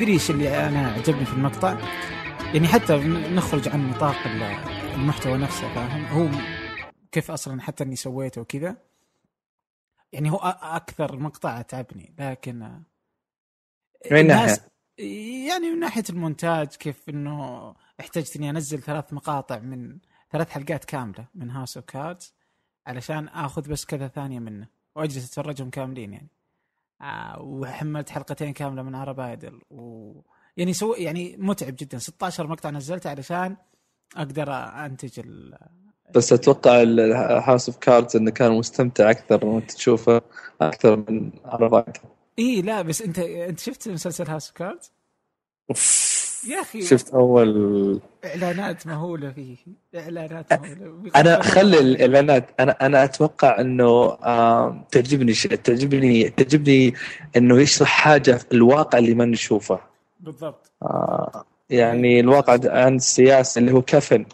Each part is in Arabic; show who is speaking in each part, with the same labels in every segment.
Speaker 1: تدري ايش اللي انا عجبني في المقطع؟ يعني حتى نخرج عن نطاق المحتوى نفسه، فاهم؟ هو كيف اصلا حتى اني سويته وكذا، يعني هو اكثر مقطع تعبني. لكن
Speaker 2: من
Speaker 1: الناس
Speaker 2: ناحية
Speaker 1: يعني من ناحيه المونتاج، كيف انه احتجت اني انزل 3 مقاطع من 3 حلقات كامله من هاوس اوف كاردز علشان اخذ بس كذا ثانيه منه واجلس اتفرجهم كاملين يعني. وحملت حلقتين كامله من عرب ايدل يعني يعني متعب جدا. 16 مقطع نزلته علشان اقدر انتج
Speaker 2: بس أتوقع الهاوس اوف كاردز إنه كان مستمتع أكثر وأنت تشوفه أكثر من عربات.
Speaker 1: اي لا بس انت شفت مسلسل هاوس اوف كاردز يا اخي؟
Speaker 2: شفت أول
Speaker 1: اعلانات مهوله فيه، اعلانات مهوله.
Speaker 2: أنا خلي الإعلانات. أنا أتوقع إنه تعجبني إنه يشرح حاجة في الواقع اللي ما نشوفه
Speaker 1: بالضبط.
Speaker 2: يعني الواقع عن السياسة اللي هو كفن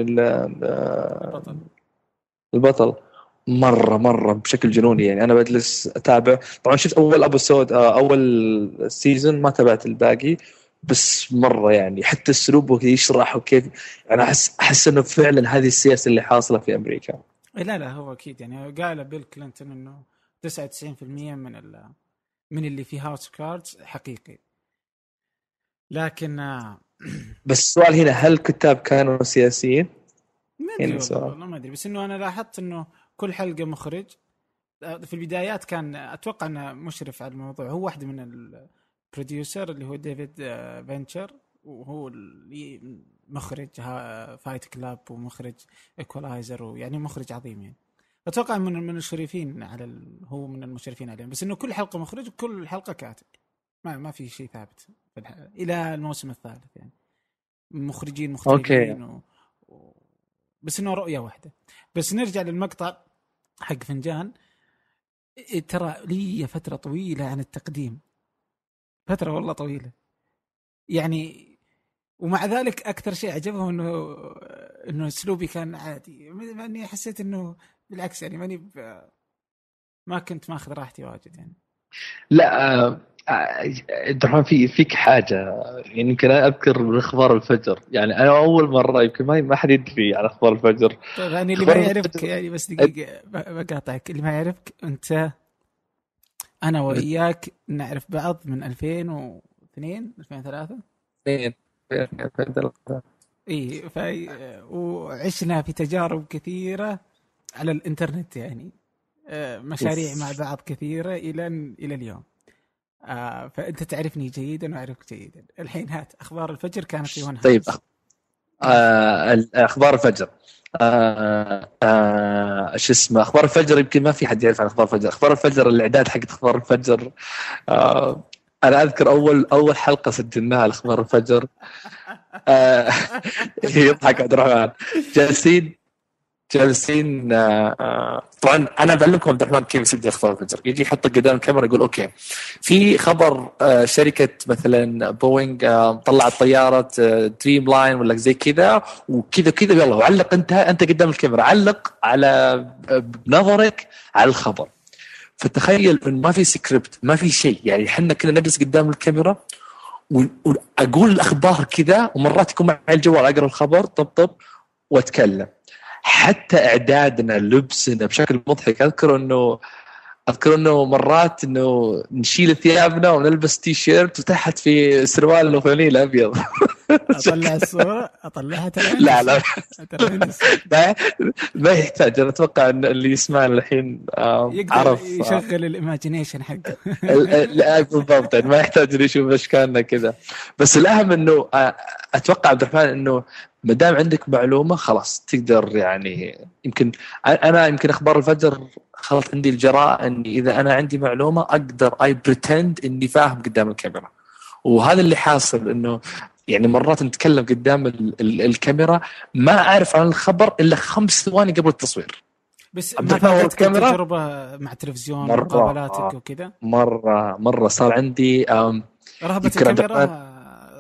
Speaker 2: البطل مرة بشكل جنوني. يعني أنا بجلس أتابع. طبعا شفت أول أبسود أول سيزون، ما تابعت الباقي، بس مرة يعني حتى أسلوبه يشرح وكيف أنا أحس إنه فعلا هذه السياسة اللي حاصلة في أمريكا.
Speaker 1: لا هو أكيد يعني قال بيل كلينتون إنه 99% من اللي في هاوس كاردز حقيقي. لكن
Speaker 2: بس السؤال هنا، هل الكتاب كانوا سياسيين؟
Speaker 1: ما أدري والله ما أدري. بس إنه أنا لاحظت إنه كل حلقة مخرج في البدايات كان أتوقع أنه مشرف على الموضوع، هو واحد من البروديوسر اللي هو ديفيد فينشر، وهو اللي مخرج فايت كلاب ومخرج إيكولايزر، ويعني مخرج عظيم يعني. أتوقع من المشرفين على هو من المشرفين عليهم. بس إنه كل حلقة مخرج وكل حلقة كاتب، ما في شيء ثابت إلى الموسم الثالث يعني. مخرجين مختلفين بس إنه رؤية واحدة. بس نرجع للمقطع حق فنجان. ترى لي فترة طويلة عن التقديم، فترة والله طويلة يعني. ومع ذلك أكثر شيء عجبهم إنه أسلوبي كان عادي، ماني حسيت إنه بالعكس يعني ما كنت ماخذ راحتي واجد يعني.
Speaker 2: لا عبد الرحمن فيك حاجة يعني. يمكن أنا أذكر من أخبار الفجر. يعني أنا أول مرة يمكن ما حد يدري عن أخبار الفجر.
Speaker 1: طيب يعني اللي ما يعرفك يعني، بس دقيقة بقاطعك، اللي ما يعرفك أنت، أنا وإياك نعرف بعض من 2002 2003 إيه وعشنا في تجارب كثيرة على الإنترنت يعني، مشاريع مع بعض كثيرة إلى اليوم. فأنت تعرفني جيدا وأعرفك جيدا. الحين هات أخبار الفجر كانت في ون
Speaker 2: طيب أخبار الفجر شو اسمه أخبار الفجر. يمكن ما في حد يعرف عن أخبار الفجر الإعداد حق أخبار الفجر. أنا أذكر أول حلقة سجلناها لأخبار الفجر. يضحك عبد الرحمن. جالسين طبعا أنا بعلمكم عبد الرحمن كيف يسجل أخبار الفجر. يجي يحط قدام الكاميرا يقول أوكي في خبر شركة مثلا بوينغ طلعت طيارة دريم لاين ولا زي كذا وكذا يلا وعلق أنت قدام الكاميرا، علق على بنظرك على الخبر. فتخيل إن ما في سكريبت، ما في شيء يعني. حنا كنا نجلس قدام الكاميرا وأقول الأخبار كذا، ومرات يكون معي الجوال أقرأ الخبر طب وأتكلم. حتى إعدادنا لبسنا بشكل مضحك. أذكر إنه مرات إنه نشيل ثيابنا ونلبس تي شيرت وتحت في سروال وفانيل أبيض.
Speaker 1: أطلع الصورة أطلعها
Speaker 2: لا ما يحتاج. أنا أتوقع أن اللي يسمعنا الحين عرف
Speaker 1: يشغل الإيماجينيشن حقه.
Speaker 2: لا بالضبط يعني ما يحتاج أن يشوف أشكالنا كذا. بس الأهم إنه أتوقع عبد الرحمن إنه ما دام عندك معلومة خلاص تقدر يعني. يمكن أخبار الفجر خلط عندي الجراءة إني إذا أنا عندي معلومة أقدر بريتند إني فاهم قدام الكاميرا. وهذا اللي حاصل إنه يعني مرات نتكلم قدام الكاميرا ما أعرف عن الخبر إلا 5 ثواني قبل التصوير.
Speaker 1: بس ما فاتتك تجربة مع تلفزيون مقابلاتك وكذا؟
Speaker 2: مرة صار عندي
Speaker 1: رهبة الكاميرا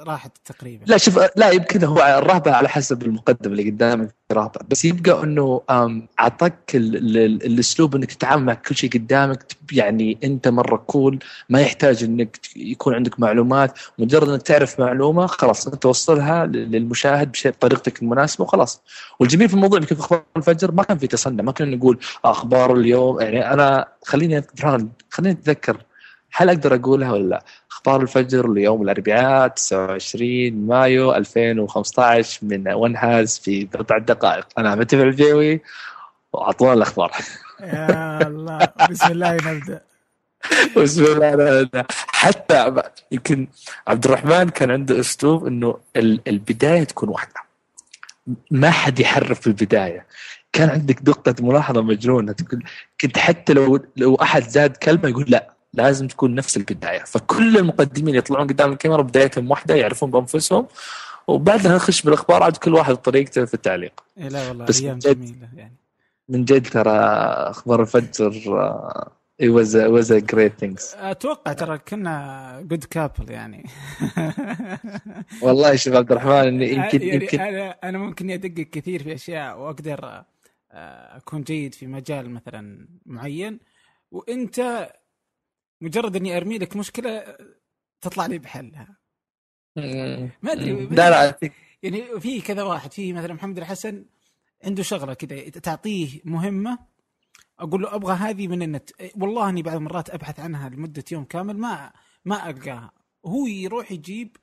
Speaker 1: راحت تقريبا.
Speaker 2: لا شوف، لا يمكن هو الرهبة على حسب المقدم اللي قدامك رهبة، بس يبقى انه اعطاك الاسلوب انك تتعامل مع كل شيء قدامك. يعني انت مرة كول، ما يحتاج انك يكون عندك معلومات، مجرد انك تعرف معلومة خلاص انت توصلها للمشاهد بطريقتك المناسبة وخلاص. والجميل في الموضوع كيف اخبار الفجر ما كان في تصنع، ما كنا نقول اخبار اليوم. يعني انا خليني اتذكر، هل اقدر اقولها ولا لا؟ اخبار الفجر ليوم الاربعاء 29 مايو 2015 من ونهاز في بضع دقائق. انا متفق الجوي واعطونا الاخبار.
Speaker 1: يا الله، بسم الله نبدا.
Speaker 2: بسم الله نبدا. حتى يمكن عبد الرحمن كان عنده اسلوب انه البدايه تكون واحده، ما حد يحرف في البدايه. كان عندك دقه ملاحظه مجنونه، كنت حتى لو احد زاد كلمه يقول لا لازم تكون نفس البدايه. فكل المقدمين يطلعون قدام الكاميرا بدايتهم واحده، يعرفون بانفسهم، وبعدها نخش بالاخبار عاد كل واحد بطريقته في التعليق.
Speaker 1: لا والله
Speaker 2: بس
Speaker 1: ايام جميله يعني.
Speaker 2: من جد ترى اخبار الفجر it was a great things.
Speaker 1: اتوقع ترى كنا جود كابل يعني.
Speaker 2: والله شوف عبد الرحمن اني
Speaker 1: يعني
Speaker 2: يمكن
Speaker 1: انا ممكن ادقق كثير في اشياء واقدر اكون جيد في مجال مثلا معين، وانت مجرد اني ارمي لك مشكله تطلع لي بحلها. ما ادري
Speaker 2: لا
Speaker 1: يعني في كذا واحد، في مثلا محمد الحسن عنده شغله كذا تعطيه مهمه، اقول له ابغى هذه من النت، والله اني بعض المرات ابحث عنها لمده يوم كامل ما القاها. هو يروح يجيب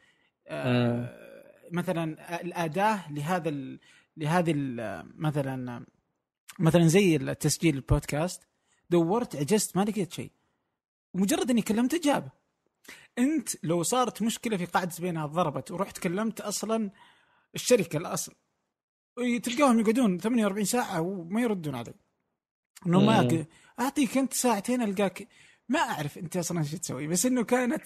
Speaker 1: مثلا الاداه لهذه مثلا زي التسجيل البودكاست، دورت عجزت ما لقيت شيء، ومجرد اني كلمته جابه. انت لو صارت مشكله في قاعده بيانات ضربت ورحت كلمت اصلا الشركه الاصل، تلقاهم يقعدون 48 ساعه وما يردون عليك. انه ما اعطيك انت ساعتين القاك. ما اعرف انت اصلا ايش تسوي، بس انه كانت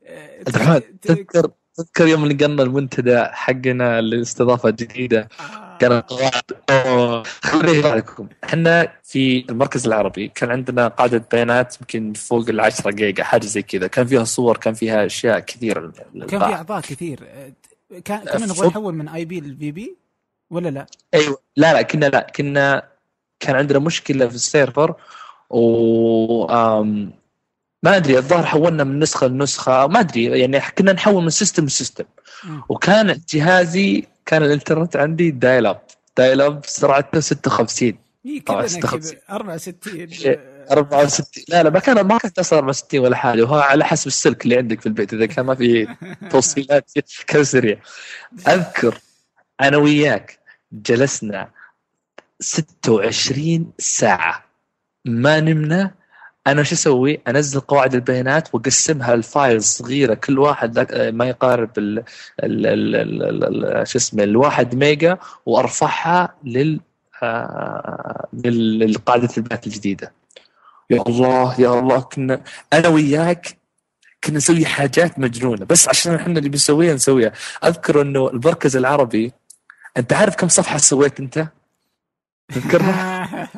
Speaker 2: تذكر يوم اللي قلنا المنتدى حقنا الاستضافه الجديده كان قواعد. خليني لكم، احنا في المركز العربي كان عندنا قاعده بيانات يمكن فوق 10 جيجا حاجه زي كذا، كان فيها صور، كان فيها اشياء كثيره،
Speaker 1: كان في اعضاء كثير. كنا نبغى نحول من اي بي للفي بي ولا لا؟
Speaker 2: ايوه كنا كان عندنا مشكله في السيرفر، و ما ادري الظاهر حولنا من نسخه لنسخه، ما ادري يعني كنا نحول من سيستم لسيستم. وكان جهازي كان الانترنت عندي دايل اب سرعته 56.
Speaker 1: كذا 64
Speaker 2: لا ما كانت تصل 64 ولا حاجه، وهو على حسب السلك اللي عندك في البيت، اذا كان ما في توصيلات كان سريع. اذكر انا وياك جلسنا 26 ساعه ما نمنا. انا شو اسوي؟ انزل قواعد البيانات واقسمها لفايل صغيره، كل واحد ما يقارب شو اسمه الواحد ميجا، وارفعها للقاعده البيانات الجديده. يا الله كنا انا وياك كنا نسوي حاجات مجنونه بس عشان احنا اللي بنسويها نسويها. اذكر انه المركز العربي، انت عارف كم صفحه سويت انت؟ تذكرها؟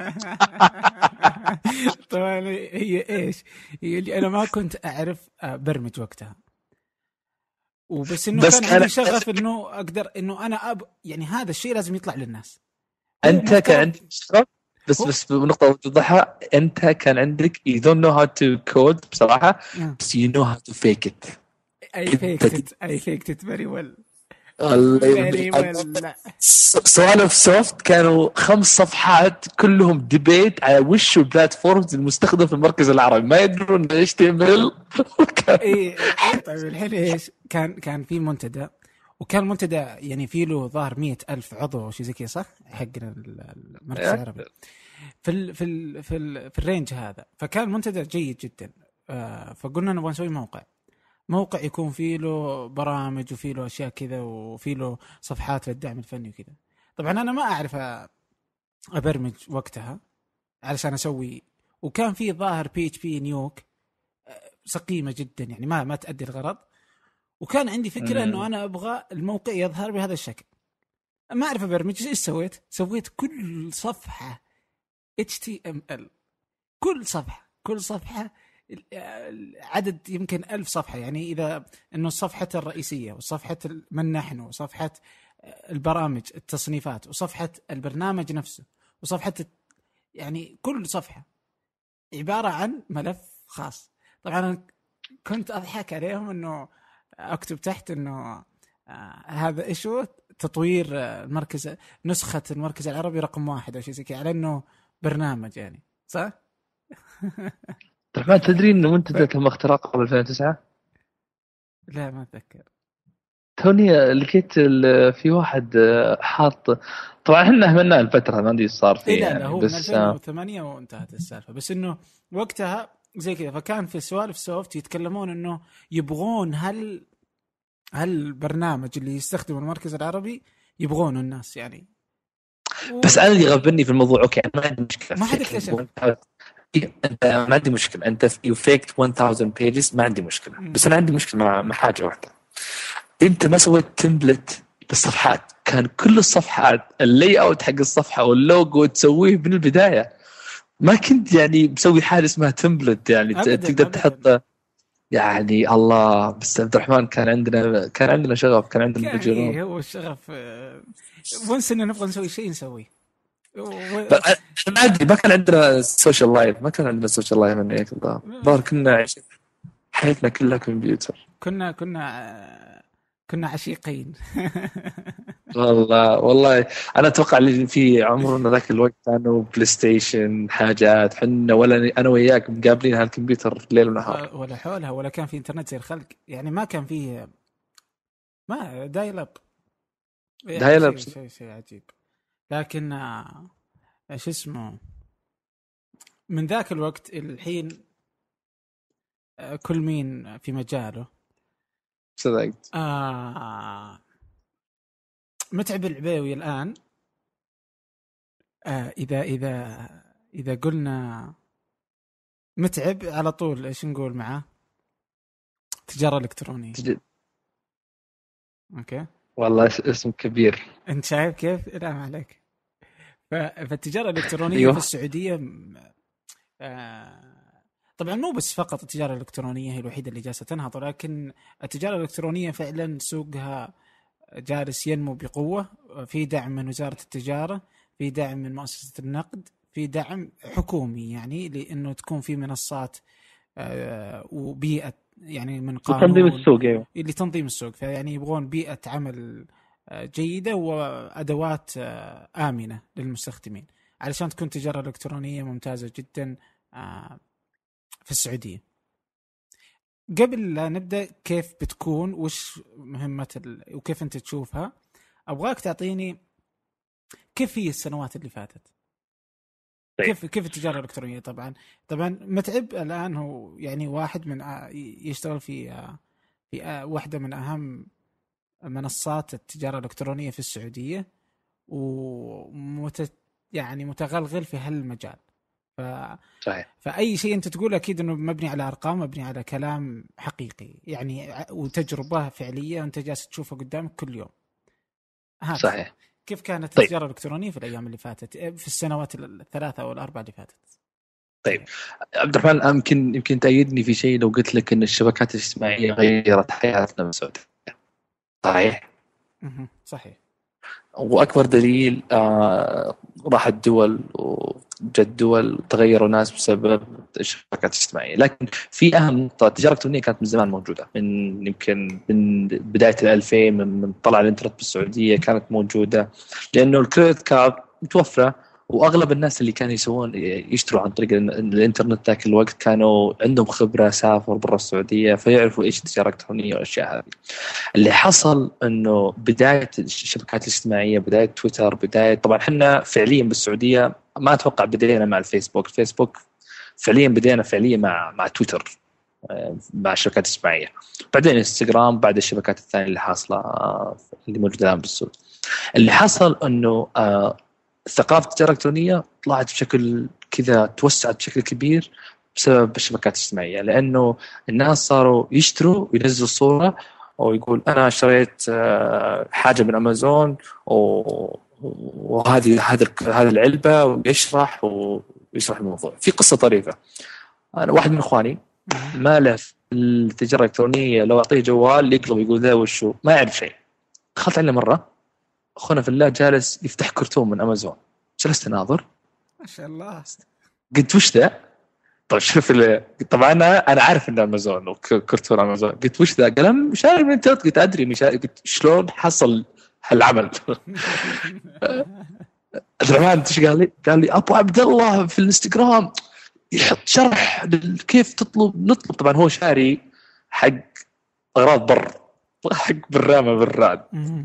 Speaker 1: طبعا هي ايش؟ هي اللي انا ما كنت اعرف برمج وقتها، وبس انه كان عندي شغف انه اقدر انه انا يعني هذا الشيء لازم يطلع للناس.
Speaker 2: انت كان عندك شغف، بس بنقطه توضحها، انت كان عندك you don't know how to code بصراحه، بس you know how to fake it.
Speaker 1: I faked it very well.
Speaker 2: سوالف سوفت كانوا 5 صفحات كلهم ديبيت على وش البلاتفورمز المستخدم في المركز العربي، ما يدرون ايش تعمل.
Speaker 1: طيب الحين ايش كان في منتدى، وكان المنتدى يعني فيه له ظاهر 100,000 عضو او شيء زي كذا صح حقنا المركز العربي في الرينج هذا. فكان المنتدى جيد جدا. فقلنا نبغى نسوي موقع يكون فيه له برامج وفيه له أشياء كذا وفيه له صفحات للدعم الفني وكذا. طبعا أنا ما أعرف أبرمج وقتها علشان أسوي، وكان فيه ظاهر PHP نيوك سقيمة جدا يعني ما تؤدي الغرض. وكان عندي فكرة أنه أنا أبغى الموقع يظهر بهذا الشكل، ما أعرف أبرمج. إيش سويت كل صفحة HTML، كل صفحة عدد يمكن 1000 صفحة. يعني إذا إنه الصفحة الرئيسية وصفحة من نحن وصفحة البرامج التصنيفات وصفحة البرنامج نفسه وصفحة يعني كل صفحة عبارة عن ملف خاص. طبعا أنا كنت أضحك عليهم إنه أكتب تحت إنه هذا إيشو تطوير المركز، نسخة المركز العربي رقم 1 أو شيء زي كذا، على إنه برنامج يعني صح؟
Speaker 2: طيب ما تدري إنه منتدى تم اختراقه قبل 2009؟
Speaker 1: لا ما أتذكر.
Speaker 2: توني لقيت في واحد حاط، طبعا احنا اهملنا الفترة ما ادري صار فيه
Speaker 1: لا
Speaker 2: يعني
Speaker 1: لا هو
Speaker 2: بس
Speaker 1: من 2008 وانتهت السالفة، بس إنه وقتها زي كذا. فكان في سوالف سوفت يتكلمون إنه يبغون هل البرنامج اللي يستخدم المركز العربي يبغونه الناس يعني.
Speaker 2: بس انا اللي غبني في الموضوع، اوكي انا ما عندي مشكله،
Speaker 1: ما حد اكتشف.
Speaker 2: انت ما عندي مشكله، انت يو فيكت 1000 بيجز ما عندي مشكله، بس انا عندي مشكله مع حاجه واحده. انت ما سويت تمبلت للصفحات، كان كل الصفحات اللي اوت حق الصفحه واللوجو تسويه من البدايه، ما كنت يعني مسوي حاجه اسمها تمبلت يعني تقدر تحط يعني. الله، بس عبد الرحمن كان عندنا شغف، كان عندنا جنون.
Speaker 1: هو الشغف ونس إنه نبغى نسوي شيء نسويه.
Speaker 2: ما ادري، ما كان عندنا سوشيال لايف من هيك الظاهر كنا عايشين حياتنا كلها كمبيوتر.
Speaker 1: كنا عشيقين.
Speaker 2: والله انا اتوقع اللي في عمرنا ذاك الوقت كانوا بلاي ستيشن حاجات، حنا ولا انا وياك مقابلين هالكمبيوتر ليل ونهار
Speaker 1: ولا حولها، ولا كان في انترنت زي الخلق يعني. ما كان فيه ما دايل اب يعني شيء عجيب. لكن ايش اسمه من ذاك الوقت الحين كل مين في مجاله.
Speaker 2: صدقت.
Speaker 1: متعب العبيوي الآن إذا قلنا متعب على طول إيش نقول معه؟ تجارة إلكترونية. أوكي والله
Speaker 2: اسم كبير.
Speaker 1: أنت شايف كيف؟ لا ما عليك. فالتجارة الإلكترونية
Speaker 2: أيوه.
Speaker 1: في السعودية طبعا مو بس فقط التجارة الإلكترونية هي الوحيدة اللي جالسة تنهض، ولكن التجارة الإلكترونية فعلا سوقها جالس ينمو بقوة. في دعم من وزارة التجارة، في دعم من مؤسسة النقد، في دعم حكومي يعني لأنه تكون في منصات وبيئة يعني من قانون
Speaker 2: تنظيم السوق. أيوه.
Speaker 1: اللي تنظيم السوق. فيعني يبغون بيئة عمل جيدة وأدوات آمنة للمستخدمين علشان تكون تجارة إلكترونية ممتازة جدا في السعودية. قبل لا نبدأ كيف بتكون وش مهمة وكيف أنت تشوفها، أبغاك تعطيني كيف هي السنوات اللي فاتت. كيف التجارة الإلكترونية. طبعا متعب الآن هو يعني واحد من يشتغل في واحدة من أهم منصات التجارة الإلكترونية في السعودية يعني متغلغل في هالمجال.
Speaker 2: صحيح.
Speaker 1: فأي شيء أنت تقول أكيد أنه مبني على أرقام، مبني على كلام حقيقي يعني وتجربة فعلية وأنت جالس تشوفها قدامك كل يوم.
Speaker 2: صحيح.
Speaker 1: كيف كانت التجارة الإلكترونية في الأيام اللي فاتت، في السنوات الثلاثة أو الأربعة اللي فاتت؟
Speaker 2: طيب عبد الرحمن، يمكن تأيدني في شيء لو قلت لك أن الشبكات الاجتماعية غيرت حياتنا بالسعودية. صحيح.
Speaker 1: صحيح.
Speaker 2: وأكبر دليل راحت دول وجت دول تغيروا ناس بسبب الشبكات الاجتماعية. لكن في أهم نقطة، التجارة الإلكترونية كانت من زمان موجودة، يمكن من بداية 2000 من طلع الإنترنت بالسعودية كانت موجودة، لأنه الكريدت كارد متوفرة، واغلب الناس اللي كانوا يشتروا عن طريق الانترنت ذاك الوقت كانوا عندهم خبره، سافروا برا السعوديه فيعرفوا ايش التجاره الالكترونيه والاشياء هذه. اللي حصل انه بدايه الشبكات الاجتماعيه، بدايه تويتر، بدايه طبعا احنا فعليا بالسعوديه ما اتوقع بدينا مع الفيسبوك فعليا بدينا مع تويتر، مع الشبكات الاجتماعيه، بعدين انستغرام، بعد الشبكات الثانيه اللي حاصله اللي موجوده الان بالسوق. اللي حصل انه ثقافة التجارة الإلكترونية طلعت بشكل كذا، توسعت بشكل كبير بسبب الشبكات الاجتماعية، لأنه الناس صاروا يشتروا وينزلوا صورة ويقول أنا اشتريت حاجة من أمازون وهذه العلبة، ويشرح الموضوع في قصة طريفة. أنا واحد من إخواني ما له في التجاره الالكترونيه، لو اعطيه جوال يقلب يقول ذا وشو، ما يعرف شيء. دخلت عليه مره اخونا في الله جالس يفتح كرتون من امازون، جلست اناظر
Speaker 1: ما شاء الله.
Speaker 2: قلت وش ذا؟ طيب شوف طبعا انا عارف انه امازون وكرتون امازون. قلت وش ذا؟ قال شاري من الانترنت. قلت ادري اني شاري. قلت شلون حصل هالعمل؟ الرحمن ايش قال لي؟ قال لي ابو عبد الله في الانستغرام يحط شرح كيف نطلب. طبعا هو شاري حق اغراض بر، حق برامه براد،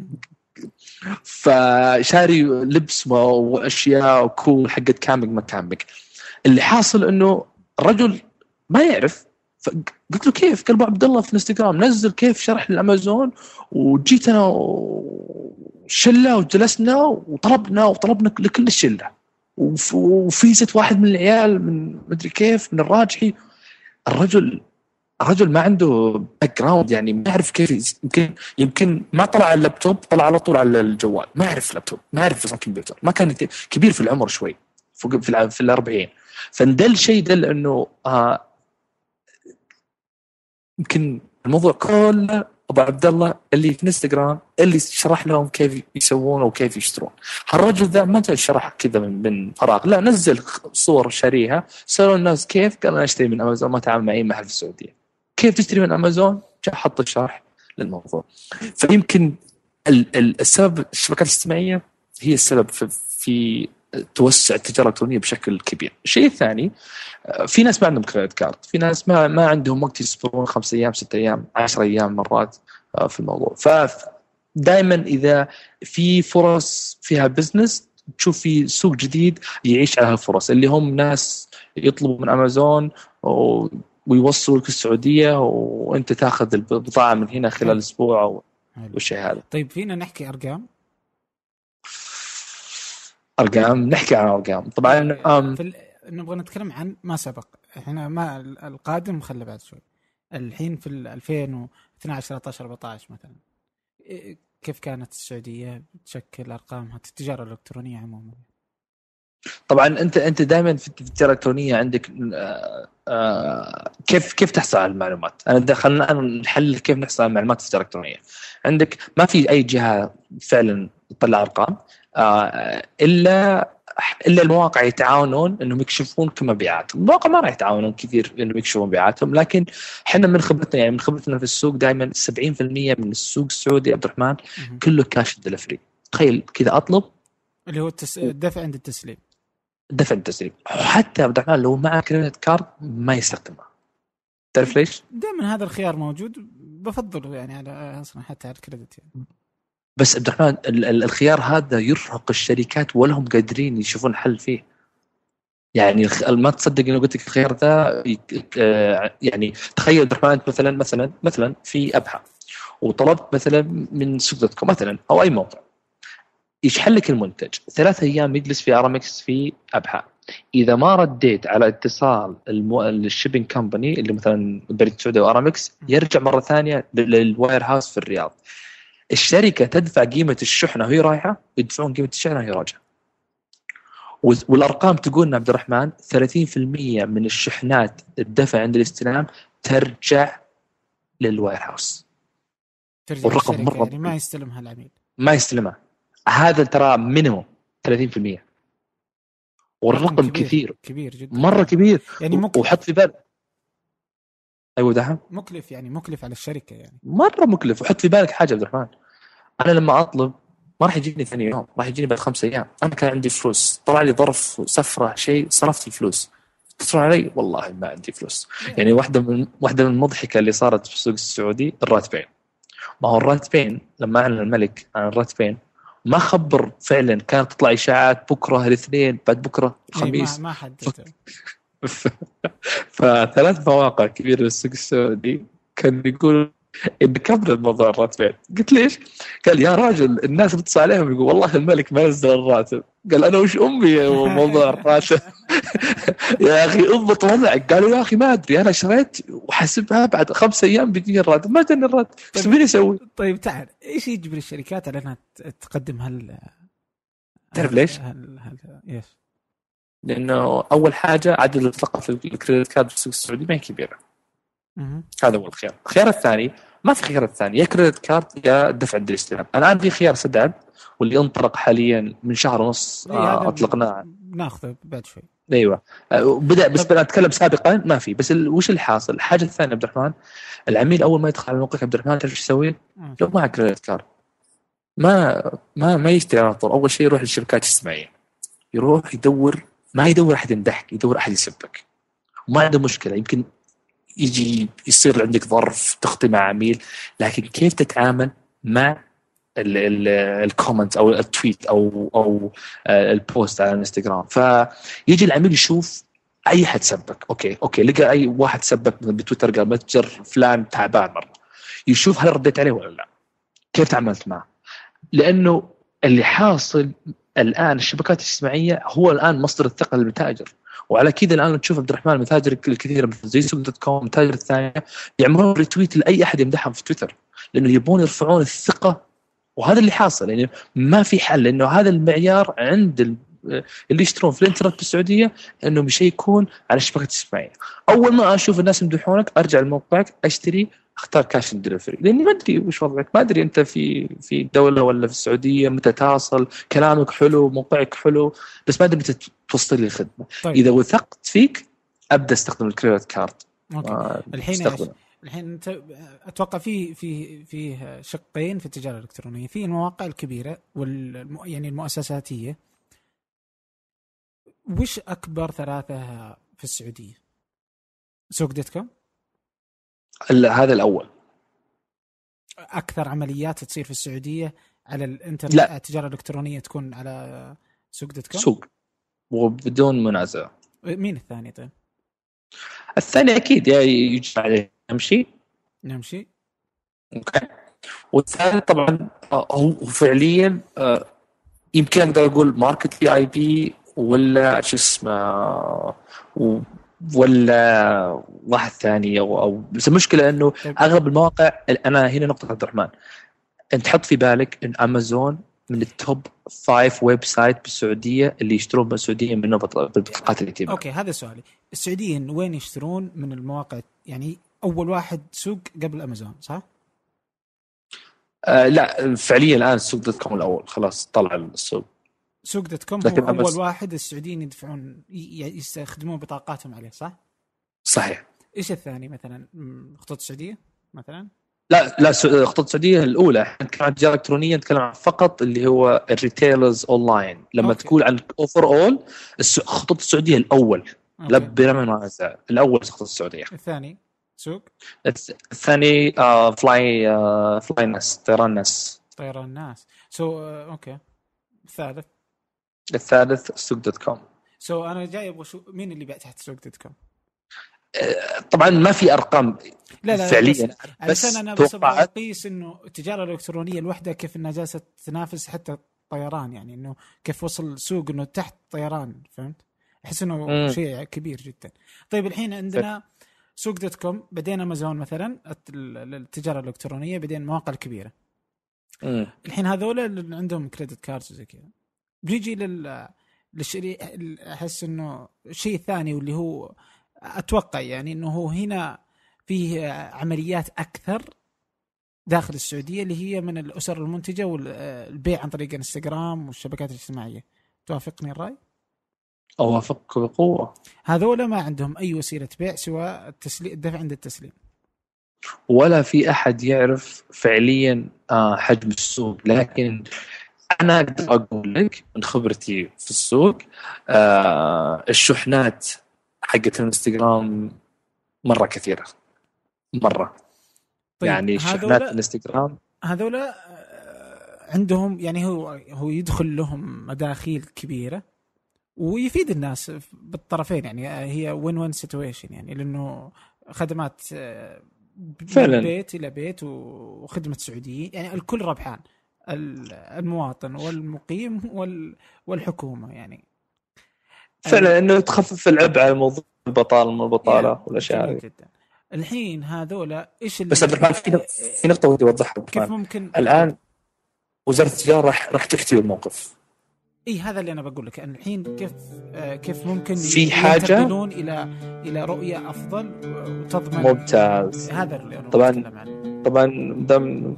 Speaker 2: فشاري لبس واشياء وكول حقت كامبينج ما كامبينج. اللي حاصل انه الرجل ما يعرف. فقلت له كيف؟ قال ابو عبد الله في الانستغرام نزل كيف شرح الامازون، وجيت انا وشله وجلسنا وطلبنا لكل الشله، وفيزت واحد من العيال من مدري كيف من الراجحي. الرجل ما عنده باك جراوند، يعني ما يعرف كيف. يمكن ما طلع على اللابتوب، طلع على طول على الجوال. ما يعرف لابتوب، ما يعرف نظام كمبيوتر، ما كان كبير في العمر شوي، فوق في الأربعين. فندل شيء دل انه يمكن الموضوع كله ابو عبد الله اللي في انستغرام اللي شرح لهم كيف يسوون وكيف يشترون. هالرجل ذا ما جاء شرح كذا من فراغ، لا نزل صور شاريها، سألوا الناس كيف، قال انا اشتري من امازون، ما تعامل مع اي محل في السعوديه. كيف تشتري من امازون؟ جاء حط الشرح للموضوع. فيمكن السبب الشبكات الاجتماعيه هي السبب في توسع التجاره الالكترونيه بشكل كبير. الشيء الثاني، في ناس ما عندهم كريدت كارد، في ناس ما عندهم وقت يصبرون 5 أيام 6 أيام 10 أيام مرات في الموضوع. فدائما إذا في فرص فيها بزنس تشوف في سوق جديد يعيش على هالفرص، اللي هم ناس يطلبوا من أمازون ويوصلوا لك السعودية، وأنت تاخذ البضاعة من هنا خلال أسبوع والشيء هذا.
Speaker 1: طيب فينا نحكي أرقام؟
Speaker 2: نحكي عن أرقام طبعا.
Speaker 1: نبغى نتكلم عن ما سبق، احنا ما القادم خلى بعد شوي. الحين في 2012 13 14 مثلا، كيف كانت السعودية تشكل أرقامها في التجارة الإلكترونية عموما؟
Speaker 2: طبعا انت دائما في التجاره الالكترونيه عندك كيف تحصل على المعلومات. خلينا نحلل كيف نحصل على المعلومات في التجاره الالكترونيه. عندك ما في اي جهه فعلا تطلع ارقام الا المواقع يتعاونون انهم يكشفون كمبيعات. المواقع ما راح يتعاونون كثير انهم يكشفون مبيعاتهم، لكن احنا من خبرتنا، يعني من خبرتنا في السوق، دائما 70% من السوق السعودي عبد الرحمن كله كاش دليفري. تخيل كذا اطلب
Speaker 1: اللي هو الدفع عند التسليم.
Speaker 2: دفع التسليم. حتى عبد الرحمن لو معه كريدت كارد ما يستخدمه. تعرف ليش؟
Speaker 1: دائما هذا الخيار موجود، بفضله يعني على اصلا حتى على الكريدت يعني.
Speaker 2: بس عبد الرحمن الخيار هذا يرهق الشركات ولا هم قادرين يشوفون حل فيه. يعني ما تصدق انه قلت لك الخيار ذا يعني تخيل عبد الرحمن مثلا في ابحث وطلبت مثلا من سوق.com مثلا او اي موقع، يشحن لك المنتج 3 أيام يجلس في ارامكس في ابحث. اذا ما رديت على اتصال الشيبينج كمباني اللي مثلا بريد السعوديه وارامكس، يرجع مره ثانيه للواير هاوس في الرياض. الشركه تدفع قيمه الشحنه وهي رايحه، يدفعون قيمه الشحنه وهي راجعه. والارقام تقول ان عبد الرحمن 30% من الشحنات الدفع عند الاستلام ترجع للواير هاوس.
Speaker 1: والرقم مره يعني ما يستلمها العميل،
Speaker 2: ما يستلمها. هذا ترى مينيموم 30%، والرقم
Speaker 1: كبير جدا،
Speaker 2: مره كبير
Speaker 1: يعني
Speaker 2: وحط في بالك. ايوه ده
Speaker 1: مكلف، يعني مكلف على الشركه، يعني
Speaker 2: مره مكلف. وحط في بالك حاجه عبد الرحمن، انا لما اطلب ما راح يجيني ثاني يوم، راح يجيني بعد 5 أيام. انا كان عندي فلوس، طلع لي ظرف سفره شيء، صرفت الفلوس، اتصلوا علي والله ما عندي فلوس. يعني واحده من المضحكه اللي صارت في السوق السعودي الراتبين. ما هو الراتبين لما اعلن الملك عن الراتبين ما خبر فعلا، كانت تطلع اشاعات بكره الاثنين بعد بكره الخميس،
Speaker 1: ما حددته.
Speaker 2: ف3 مواقع كبيره في السوق السعودي كان يقول إن كبر الموضوع الراتبين. قلت ليش؟ قال يا راجل الناس بتصل عليهم يقول والله الملك ما نزل الراتب. قال أنا وش أمي موضوع الراتب؟ يا أخي اضبط وضعك. قالوا يا أخي ما أدري، أنا شريت وحسبها بعد 5 أيام بيجي الراتب، ما جاني الراتب. ايش بيني أسوي؟
Speaker 1: طيب تعال، إيش يجبر الشركات على أنها تقدم
Speaker 2: تعرف ليش؟ لأنه أول حاجة عدد الثقة في الكريدت كارد في السوق السعودي ما هي كبيرة. هذا هو الخيار. الخيار الثاني ما في خيار الثاني، يا كريدت كارد يا دفع عند الاستلام. الان في خيار سداد واللي انطلق حاليا من شهر ونص، اطلقناه
Speaker 1: ناخذه بعد شوي.
Speaker 2: ايوه بدا، بس بدنا نتكلم سابقا ما في. بس وش الحاصل؟ الحاجه الثانيه عبد الرحمن، العميل اول ما يدخل على موقعك عبد الرحمن تعرف ايش يسوي؟ لو معك كريدت كارد ما يشتري على طول. اول شيء يروح للشبكات الاجتماعيه، يروح يدور، ما يدور احد يمدحك، يدور احد يسبك. وما عنده مشكله، يمكن يجي يصير عندك ظرف تخطي مع عميل، لكن كيف تتعامل مع الكومنت او التويت او البوست على الانستغرام. فيجي العميل يشوف اي حد سبك، اوكي لقى اي واحد سبك بتويتر قال متجر فلان تعبان مره، يشوف هل رديت عليه ولا لا، كيف تعاملت معه. لانه اللي حاصل الان الشبكات الاجتماعيه هو الان مصدر الثقه للمتاجر. وعلى كذا الان تشوف عبد الرحمن المتاجر الكثير زي سوق.com المتاجر الثانيه يعملون ريتويت لاي احد يمدحهم في تويتر، لانه يبون يرفعون الثقه. وهذا اللي حاصل، يعني ما في حل، لانه هذا المعيار عند اللي يشترون في الانترنت بالسعوديه، انهم يشيكون على الشبكات الاجتماعيه. اول ما اشوف الناس يمدحونك ارجع لموقعك اشتري، اختار كاش اند ديليفري، لاني ما ادري وش وضعك، ما ادري انت في الدوله ولا في السعوديه، متى تصل، كلامك حلو، موقعك حلو، بس ما ادري متى توصل لي الخدمه. طيب. اذا وثقت فيك ابدا استخدم الكريدت كارد.
Speaker 1: الحين انت اتوقع في شقين في التجاره الالكترونيه، في المواقع الكبيره يعني المؤسساتيه. وش اكبر ثلاثه في السعوديه؟ سوق.com
Speaker 2: هذا الاول.
Speaker 1: اكثر عمليات تصير في السعوديه على الانترنت، لا. التجاره الالكترونيه تكون على سوق.com
Speaker 2: سوق وبدون منازع.
Speaker 1: مين الثاني؟ طيب
Speaker 2: الثاني اكيد يجي عليه نمشي. اوكي. والثالث طبعا هو فعليا يمكن اقدر اقول ماركت في اي بي ولا شو اسمه ولا واحد ثاني او بس المشكله انه اغلب المواقع. انا هنا نقطه عبد الرحمن، انت حط في بالك ان امازون من التوب 5 ويب سايت بالسعوديه اللي يشترون بالسعوديه من بطاقات الائتمان.
Speaker 1: اوكي هذا سؤالي، السعوديين وين يشترون من المواقع؟ يعني اول واحد سوق قبل امازون صح؟
Speaker 2: لا فعليا الان سوق.com الاول، خلاص طلع السوق.
Speaker 1: سوق.com هو اول واحد السعوديين يدفعون يستخدمون بطاقاتهم عليه صح؟
Speaker 2: صحيح.
Speaker 1: ايش الثاني مثلا؟ خطوط السعوديه مثلا؟
Speaker 2: لا خطوط السعوديه الاولى نتكلم عن التجاره الالكترونيه، نتكلم عن اللي هو الريتيلرز اونلاين. لما أوكي. تقول عن اوفر اول خطوط السعوديه الاول. لا بلا منازع الاول خطوط السعوديه.
Speaker 1: الثاني سوق.
Speaker 2: الثاني فلاي ناس، طيران ناس.
Speaker 1: اوكي.
Speaker 2: الثالث سوق.com.
Speaker 1: انا جاي ابغى مين اللي بقى تحت سوق.com؟
Speaker 2: طبعا ما في ارقام
Speaker 1: لا
Speaker 2: فعليا،
Speaker 1: بس انا بس اقيس انه التجاره الالكترونيه الوحده كيف انها جالسه تنافس حتى الطيران، يعني انه كيف وصل سوق انه تحت طيران، فهمت؟ احس انه شيء كبير جدا. طيب الحين عندنا سوق.com، بعدين امازون مثلا التجاره الالكترونيه، بعدين المواقع الكبيره. الحين هذول اللي عندهم كريدت كاردز زي كذا، بيجي للشيء احس انه شيء ثاني واللي هو اتوقع يعني انه هو هنا فيه عمليات اكثر داخل السعوديه اللي هي من الاسر المنتجه والبيع عن طريق انستغرام والشبكات الاجتماعيه. توافقني الراي؟
Speaker 2: اوافقك بقوه.
Speaker 1: هذول ما عندهم اي وسيله بيع سوى الدفع عند التسليم،
Speaker 2: ولا في احد يعرف فعليا حجم السوق. لكن انا اقدر اقول لك من خبرتي في السوق الشحنات حقت الانستغرام مره كثيره مره. طيب يعني شحنات الانستغرام
Speaker 1: هذول عندهم يعني هو يدخل لهم مداخيل كبيره ويفيد الناس بالطرفين، يعني هي وين سيتويشن، يعني لانه خدمات
Speaker 2: فعلا
Speaker 1: بيت الى بيت وخدمه سعوديين، يعني الكل ربحان، المواطن والمقيم والحكومه. يعني
Speaker 2: فعلا انه تخفف العبء على موضوع البطاله يعني والاشياء هذه
Speaker 1: جدا. الحين هذول ايش
Speaker 2: بس عبد الرحمن في نقطه ودي اوضحها.
Speaker 1: كيف ممكن
Speaker 2: الان وزاره التجاره راح تفتي الموقف
Speaker 1: هذا اللي انا بقول لك الحين كيف ممكن
Speaker 2: في حاجه
Speaker 1: ينتقلون الى رؤيه افضل وتضمن.
Speaker 2: ممتاز.
Speaker 1: هذا اللي انا
Speaker 2: طبعا
Speaker 1: بتكلم عنه.
Speaker 2: طبعا دم.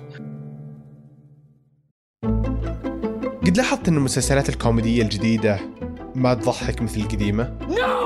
Speaker 3: قد لاحظت ان المسلسلات الكوميديه الجديده ما تضحك مثل القديمه.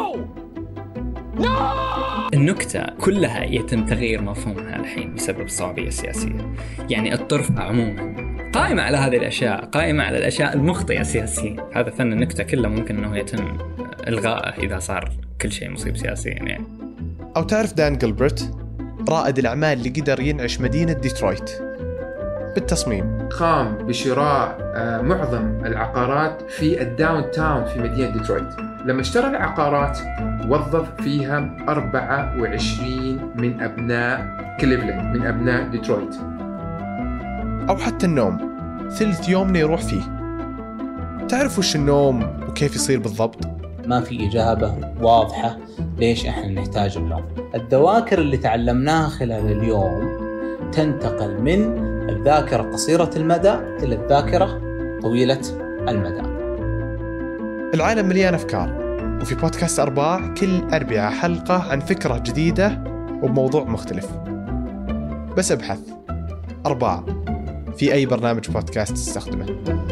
Speaker 4: النكتة كلها يتم تغيير مفهومها الحين بسبب الصعوبية السياسية. يعني الطرف عموما قائمة على هذه الأشياء، قائمة على الأشياء المخطئة سياسيا. هذا فن النكتة كله ممكن أنه يتم إلغائه إذا صار كل شيء مصيب سياسيا يعني.
Speaker 3: أو تعرف دان جيلبرت رائد الأعمال اللي قدر ينعش مدينة ديترويت بالتصميم؟
Speaker 5: قام بشراء معظم العقارات في الداون تاون في مدينة ديترويت. لما اشترى العقارات وظف فيها 24 من أبناء كليفلاند، من أبناء ديترويت.
Speaker 3: أو حتى النوم، ثلث يومنا يروح فيه. تعرف وش النوم وكيف يصير بالضبط؟
Speaker 6: ما في إجابة واضحة ليش إحنا نحتاج النوم. الذواكر اللي تعلمناها خلال اليوم تنتقل من الذاكرة قصيرة المدى إلى الذاكرة طويلة المدى.
Speaker 3: العالم مليان أفكار، وفي بودكاست أرباع كل أربعاء حلقة عن فكرة جديدة وبموضوع مختلف. بس ابحث أرباع في أي برنامج بودكاست تستخدمه.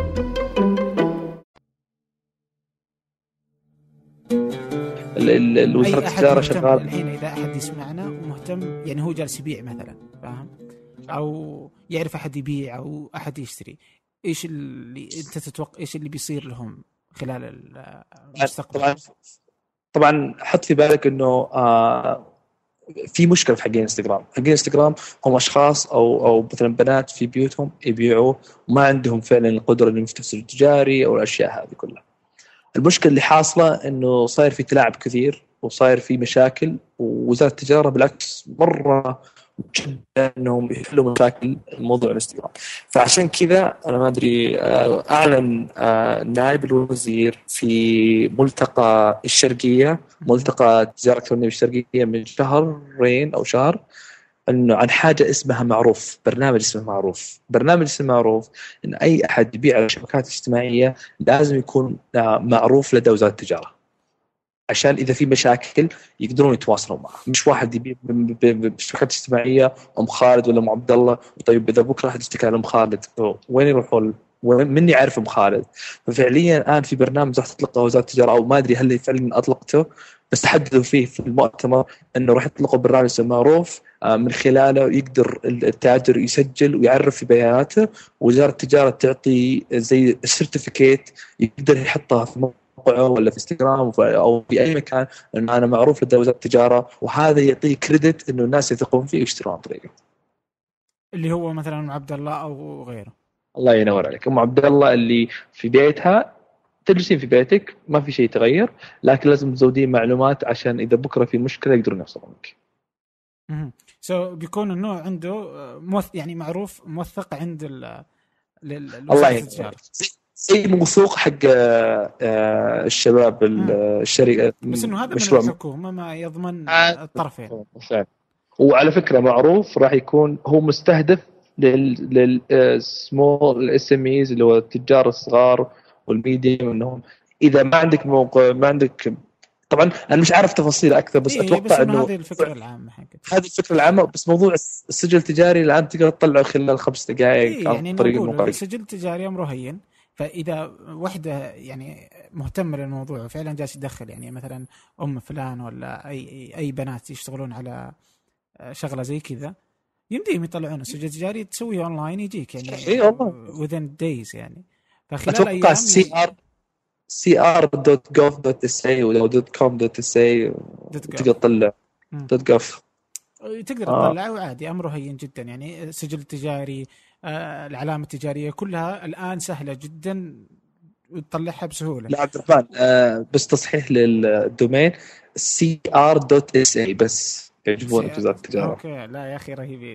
Speaker 2: الوزارة التجارة شغال
Speaker 1: الحين. إذا أحد يسمعنا ومهتم يعني هو جالس يبيع مثلا، فاهم، أو يعرف أحد يبيع أو أحد يشتري، إيش اللي أنت تتوقع إيش اللي بيصير لهم خلال المستقبل؟
Speaker 2: طبعا حط في بالك إنه في مشكلة في حقين انستغرام هم أشخاص أو مثلا بنات في بيوتهم يبيعوا وما عندهم فعلا القدرة إنهم يفتحوا سجل تجاري أو الأشياء هذه كلها. المشكلة اللي حاصلة إنه صاير في تلاعب كثير وصاير في مشاكل، ووزارة التجارة بالعكس مرة جدا إنهم يحلوا مشاكل موضوع الانستغرام. فعشان كذا أنا ما أدري أعلن نائب الوزير في ملتقى الشرقية، ملتقى التجارة الإلكترونية الشرقية من شهرين أو شهر، إنه عن حاجة اسمها معروف، برنامج اسمه معروف إن أي أحد يبيع على الشبكات الاجتماعية لازم يكون معروف لدى وزارة التجارة، عشان إذا في مشاكل يقدرون يتواصلوا معه. مش واحد يبيع بالشبكات الاجتماعية أم خالد ولا أم عبد الله، وطيب إذا بكرة أحد يشتكي على أم خالد وين يروحوا؟ مني عارف أم خالد. ففعليا الآن في برنامج راح تطلقه وزارة التجارة، أو ما أدري هل فعلا أطلقته، بس تحدثوا فيه في المؤتمر إنه راح يطلقوا برنامج معروف من خلاله يقدر التاجر يسجل ويعرف في بياناته، ووزارة التجارة تعطي زي سيرتيفيكيت يقدر يحطها في موقعه ولا في انستغرام أو في أي مكان إنه أنا معروف لدى وزارة التجارة، وهذا يعطيه كريدت إنه الناس يثقون فيه ويشترون عن طريقه.
Speaker 1: اللي هو مثلا أم عبد الله أو غيره.
Speaker 2: الله ينور عليك. أم عبد الله اللي في بيتها، تجلسين في بيتك ما في شيء يتغير، لكن لازم تزودين معلومات عشان إذا بكرة في مشكلة يقدرون يوصلون لك.
Speaker 1: بيكون النوع عنده يعني معروف موثق عند
Speaker 2: الله ينور، زي موثوق حق الشباب الشركة،
Speaker 1: بس إنه هذا
Speaker 2: مشروع
Speaker 1: من الحكومة ما يضمن الطرفين.
Speaker 2: وعلى فكرة معروف راح يكون هو مستهدف للسمول SMEs اللي هو التجار الصغار والميديم، انهم اذا ما عندك موقع ما عندك، طبعا انا مش عارف تفاصيل اكثر بس اتوقع
Speaker 1: بس
Speaker 2: انه
Speaker 1: هذه الفكره العامه حقت
Speaker 2: هذه الفكره العامه. بس موضوع السجل التجاري الان تقدر تطلعه خلال 5 دقائق
Speaker 1: يعني
Speaker 2: عن طريق الموقع.
Speaker 1: السجل التجاري امره هين، فاذا وحده يعني مهتمه للموضوع وفعلا جالس يدخل يعني مثلا ام فلان ولا اي بنات يشتغلون على شغله زي كذا، يمديهم يطلعون السجل التجاري تسويه اونلاين يجيك يعني within days يعني. فخلال
Speaker 2: اتوقع cr.gov.sa ولا .com.sa تقدر تطلع .gov
Speaker 1: تقدر تطلعه وعادي، امره هين جدا يعني. السجل التجاري العلامه التجاريه كلها الان سهله جدا وتطلعها بسهوله.
Speaker 2: لا عبد الرحمن بس تصحيح للدومين cr.sa بس يجيبون وزارة التجارة.
Speaker 1: اوكي لا يا اخي رهيبين.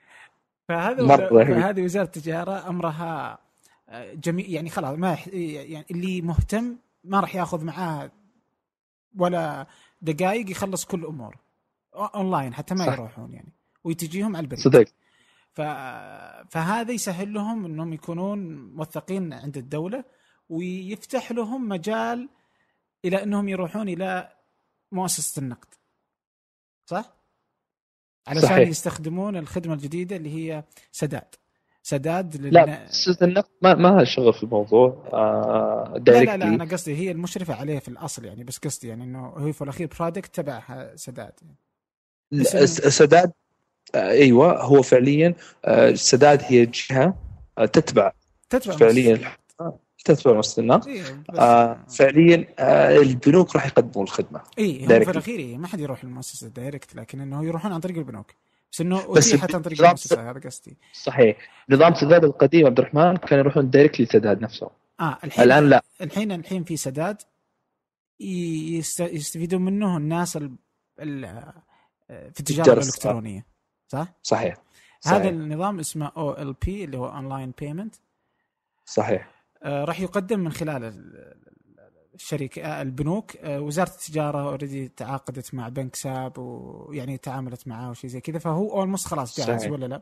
Speaker 1: فهذه وزارة التجارة امرها جميع يعني خلاص ما يعني اللي مهتم ما راح ياخذ معاه ولا دقائق يخلص كل امور اونلاين حتى ما يروحون يعني ويتجيهم على البريد
Speaker 2: صدق.
Speaker 1: فهذا يسهل لهم انهم يكونون موثقين عند الدولة ويفتح لهم مجال الى انهم يروحون الى مؤسسة النقد، صح؟ علشان
Speaker 2: صحيح.
Speaker 1: يستخدمون الخدمة الجديدة اللي هي سداد
Speaker 2: لا مؤسسة النقد ما لها شغل في الموضوع.
Speaker 1: لا انا قصدي هي المشرفة عليه في الاصل يعني، بس قصدي يعني انه هو في الاخير برودكت تبع سداد يعني.
Speaker 2: سداد ايوه هو فعليا سداد هي جهة تتبع فعليا تتبع مؤسسة النقد. فعليا البنوك راح يقدمون الخدمة.
Speaker 1: اي في الاخير ما حد يروح للمؤسسة دايركت، لكن انه يروحون عن طريق البنوك، بس انه اتيحت عن طريق المؤسسة. هذا قصدي.
Speaker 2: صحيح. نظام سداد القديم عبد الرحمن كانوا يروحون دايركت لسداد نفسه. الان لا،
Speaker 1: الحين في سداد يستفيدون منه الناس في التجارة الإلكترونية، صح؟
Speaker 2: صحيح.
Speaker 1: هذا النظام اسمه OLP اللي هو Online Payment.
Speaker 2: صحيح.
Speaker 1: راح يقدم من خلال الشركة البنوك. وزارة التجارة أوريدي تعاقدت مع بنك ساب ويعني تعاملت معاه وشيء زي كذا، فهو أولموست خلاص جاهز. صحيح. ولا لا؟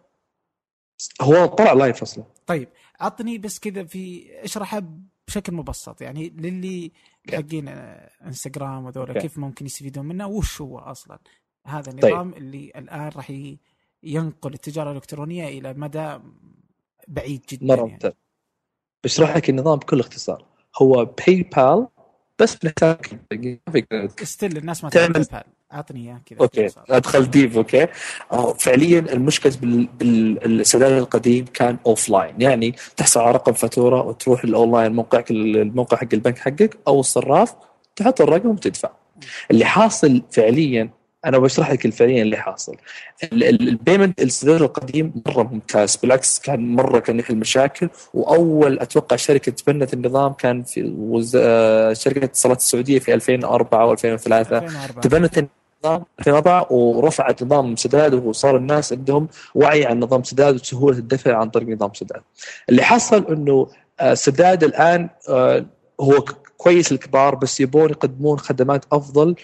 Speaker 2: هو طلع لايف أصلا.
Speaker 1: طيب عطني بس كذا في اشرحها بشكل مبسط يعني للي حقين انستغرام وذولا كيف ممكن يستفيدون منه، وش هو أصلا هذا النظام. طيب. اللي الآن راح ينقل التجارة الإلكترونية إلى مدى بعيد جدا يعني.
Speaker 2: بشرح لك النظام بكل اختصار. هو باي بال بس بنحتاج
Speaker 1: استل الناس ما تعرف باي بال. أعطني إياه كذا.
Speaker 2: أوكي أدخل ديب. أوكي. فعليا المشكلة بالسداد القديم كان أوفلاين، يعني تحصل على رقم فاتورة وتروح الأونلاين الموقع حق البنك حقك أو الصراف، تحط الرقم وتدفع. اللي حاصل فعليا أنا بشرح لك فعليا اللي حاصل. البيمنت السداد القديم مرة ممتاز، بالعكس كان يحل مشاكل. وأول أتوقع شركة تبنت النظام كان في شركة اتصالات السعودية في 2004 و 2003 تبنت النظام 2004 ورفعت نظام سداد، وصار الناس عندهم وعي عن نظام سداد وسهولة الدفع عن طريق نظام سداد. اللي حصل إنه سداد الآن هو كويس الكبار، بس يبون يقدمون خدمات أفضل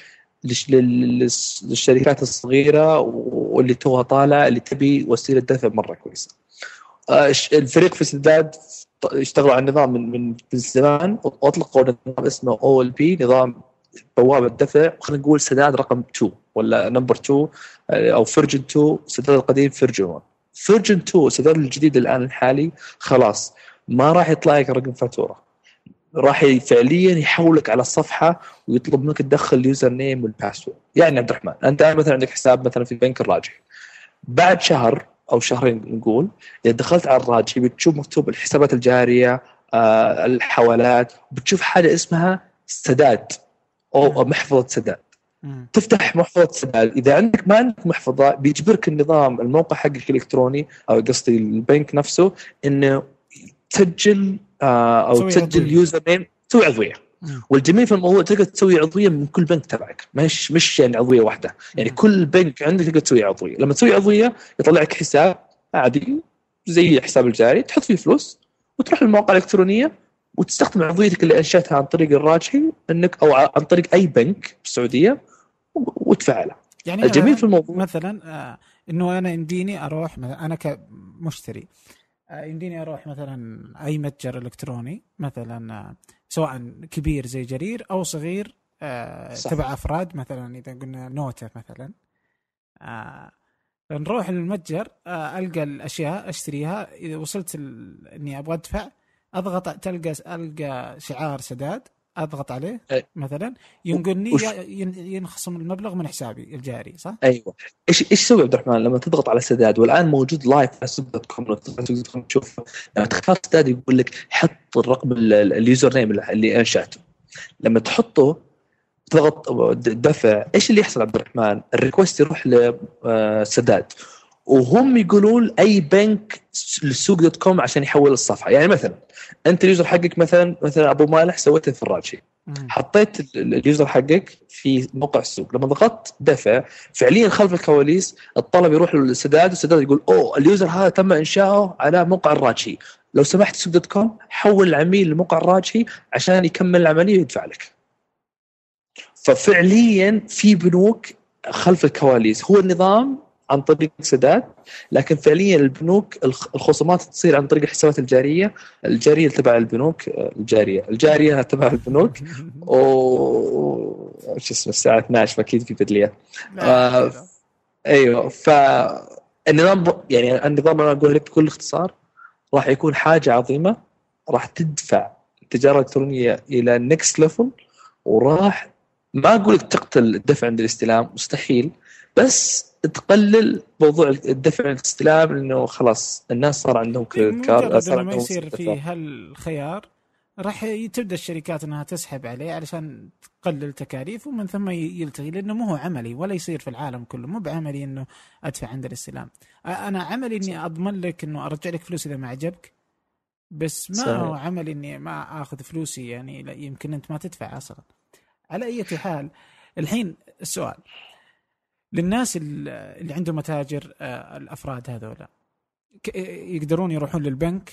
Speaker 2: للشركات الصغيرة واللي توها طالع اللي تبي وسيلة دفع مرة كويسة. الفريق في سداد اشتغلوا على النظام من زمان، واطلقوا نظام اسمه OLP، نظام بوابة دفع. خلينا نقول سداد رقم 2 ولا نمبر 2 أو فيرجن 2. سداد القديم فيرجن 1. فيرجن 2 سداد الجديد الآن الحالي خلاص ما راح يطلع لك رقم فاتورة، راح فعليا يحولك على الصفحة ويطلب منك تدخل اليوزر نيم والباسورد. يعني عبد الرحمن أنت مثلا عندك حساب مثلا في البنك الراجحي، بعد شهر أو شهرين نقول إذا دخلت على الراجحي بتشوف مكتوب الحسابات الجارية، الحوالات، بتشوف حاجة اسمها سداد أو محفظة سداد. تفتح محفظة سداد. إذا عندك ما عندك محفظة بيجبرك النظام الموقع حقك الإلكتروني أو قصدي البنك نفسه إنه تسجل أو تسجل يوزر نيم، تسوي عضوية. والجميل في الموضوع تقدر تسوي عضوية من كل بنك تبعك، مش يعني عضوية واحدة، يعني كل بنك عندك تقدر تسوي عضوية. لما تسوي عضوية يطلع لك حساب عادي زي الحساب الجاري، تحط فيه فلوس وتروح للمواقع الإلكترونية وتستخدم عضويتك اللي أنشأتها عن طريق الراجحي إنك أو عن طريق أي بنك بالسعودية وتفعله.
Speaker 1: يعني
Speaker 2: الجميل في الموضوع
Speaker 1: مثلا إنه أنا يمديني أروح أنا كمشتري يمديني أروح مثلا أي متجر إلكتروني مثلا سواء كبير زي جرير أو صغير تبع أفراد، مثلا إذا قلنا نوتة مثلا نروح للمتجر ألقى الأشياء أشتريها. إذا وصلت إني أبغى أدفع أضغط ألقى شعار سداد أضغط عليه مثلا ينقلني ينخصم المبلغ من حسابي الجاري، صح؟
Speaker 2: أيوة. إيش سوي عبد الرحمن لما تضغط على سداد؟ والآن موجود لايف على سداد.com تشوف لما تختار سداد يقول لك حط الرقم اليوزر نيم اللي أنشأته. لما تحطه تضغط دفع، إيش اللي يحصل عبد الرحمن؟ الريكوست يروح لسداد وهم يقولون أي بنك للسوق.com عشان يحول الصفحة. يعني مثلا أنت اليوزر حقك مثلا أبو مالح سويته في الراجحي، حطيت اليوزر حقك في موقع السوق، لما ضغطت دفع فعليا خلف الكواليس الطلب يروح للسداد، والسداد يقول اليوزر هذا تم إنشاؤه على موقع الراجحي، لو سمحت سوق.com حول العميل لموقع الراجحي عشان يكمل العملية ويدفع لك. ففعليا في بنوك خلف الكواليس، هو النظام عن طريق سداد، لكن فعليا البنوك الخصومات تصير عن طريق الحسابات الجارية تبع البنوك، الجارية تبع البنوك شو اسمه الساعة 12 أكيد في بدلية. أيوة، فالنظام يعني النظام أنا أقول لك بكل اختصار راح يكون حاجة عظيمة، راح تدفع التجارة الإلكترونية إلى next level، وراح ما أقول لك تقتل الدفع عند الاستلام، مستحيل، بس تقلل موضوع الدفع عند الاستلام، لأنه خلاص الناس صار عندهم كريدت كارد.
Speaker 1: صار ما يصير فيه هالخيار، راح تبدأ الشركات أنها تسحب عليه علشان تقلل تكاليف، ومن ثم يلتغي، لأنه مو هو عملي ولا يصير في العالم كله، مو بعملي أنه أدفع عند الاستلام. أنا عملي أني أضمن لك أنه أرجع لك فلوس إذا ما عجبك، بس ما هو عملي أني ما أخذ فلوسي، يعني يمكن أنت ما تدفع أصلا. على أي حال، الحين السؤال للناس اللي عندهم متاجر، الأفراد هذولا يقدرون يروحون للبنك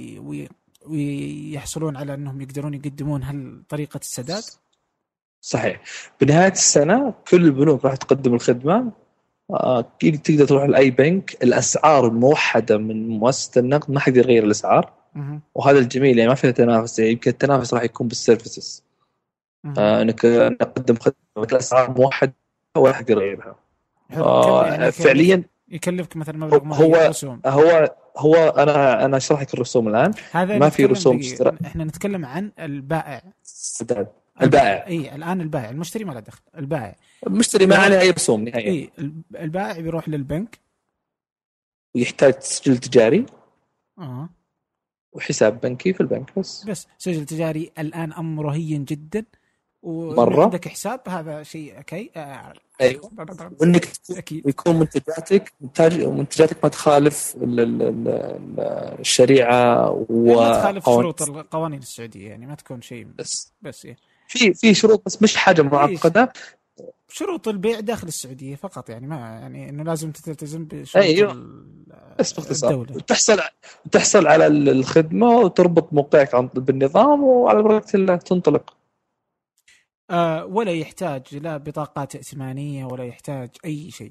Speaker 1: ويحصلون على أنهم يقدرون يقدمون هالطريقة السداد؟
Speaker 2: صحيح. بنهاية السنة كل البنوك راح تقدم الخدمة، تقدر تروح لأي بنك، الأسعار الموحدة من مؤسسة النقد، ما حد يغير الأسعار. وهذا الجميل، يعني ما فيها تنافس، يعني يمكن التنافس راح يكون بالسيرفيسز، انك نقدم خدمه الاسعار موحده ولا حد يغيرها. يعني فعليا
Speaker 1: يكلفك مثلا مبلغ معين رسوم.
Speaker 2: هو انا اشرح لك الرسوم الان، ما في رسوم اشتراك.
Speaker 1: احنا نتكلم عن البائع،
Speaker 2: البائع.
Speaker 1: اي الان البائع، المشتري ما له دخل. البائع
Speaker 2: المشتري ما عليه اي رسوم نهائيا.
Speaker 1: اي البائع بيروح للبنك
Speaker 2: ويحتاج تسجيل تجاري وحساب بنكي في البنك، بس
Speaker 1: سجل تجاري الان امره هين جدا،
Speaker 2: مرة
Speaker 1: عندك حساب، هذا شيء أوكي.
Speaker 2: أيوة. وإنك يكون منتجاتك ما تخالف الشريعة
Speaker 1: ما تخالف شروط القوانين السعودية، يعني ما تكون شيء بس يعني
Speaker 2: في شروط، بس مش حاجة معقدة.
Speaker 1: شروط البيع داخل السعودية فقط، يعني ما يعني إنه لازم تلتزم بشروط
Speaker 2: بس باختصار تحصل على الخدمة وتربط موقعك بالنظام، وعلى بركة الله تنطلق.
Speaker 1: ولا يحتاج لا بطاقات ائتمانية ولا يحتاج أي شيء.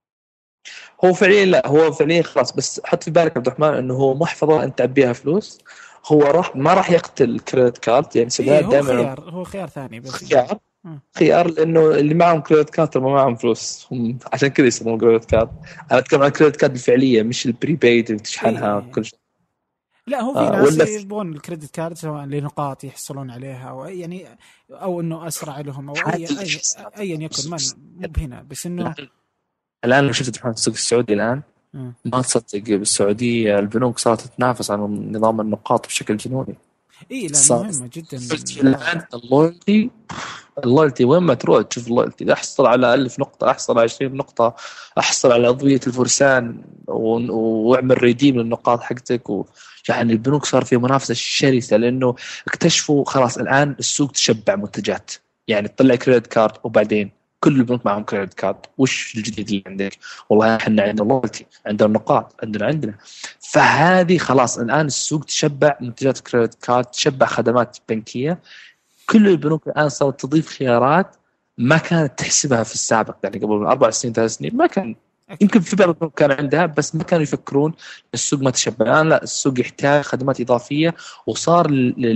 Speaker 2: هو فعليا خلاص، بس حط في بالك عبد الرحمن إنه هو محفظة أنت تعبيها فلوس، هو ما راح يقتل كريدت كارد، يعني سداد دائما
Speaker 1: هو خيار ثاني، بس
Speaker 2: خيار لأنه اللي معهم كريدت كارد ما معهم فلوس، هم عشان كذا يسمون كريدت كارد. أنا أتكلم عن كريدت كارد الفعلية، مش البريبايد اللي تشحنها كل شيء.
Speaker 1: لا، هو في ناس يبغون الكريدت كارد سواء لنقاط يحصلون عليها، أو يعني أو إنه أسرع لهم، أو أيا يكن، مو بهنا، بس إنه
Speaker 2: الآن لو شفت في السوق السعودي الآن ما تصدق بالسعودية البنوك صارت تتنافس عن نظام النقاط بشكل جنوني.
Speaker 1: لا مهمة جدا
Speaker 2: الآن اللويالتي وين ما تروح تشوف اللويالتي، أحصل على 1000 نقطة، أحصل على 20 نقطة، أحصل على عضوية الفرسان، وأعمل ريديم للنقاط حقتك. يعني البنوك صار فيه منافسة شرسة، لأنه اكتشفوا خلاص الآن السوق تشبع منتجات، يعني تطلع كريدت كارد وبعدين كل البنوك معهم كريدت كارد، وش الجديد اللي عندك؟ والله احنا عندنا لويالتي، عندنا نقاط، عندنا. فهذه خلاص الآن السوق تشبع منتجات كريدت كارد، تشبع خدمات بنكية. كل البنوك الآن صارت تضيف خيارات ما كانت تحسبها في السابق، يعني قبل 4 سنين 3 سنين ما كان، يمكن في بعض البنوك كان عندها، بس ما كانوا يفكرون السوق ما تشبع. الآن لا، السوق يحتاج خدمات إضافية، وصار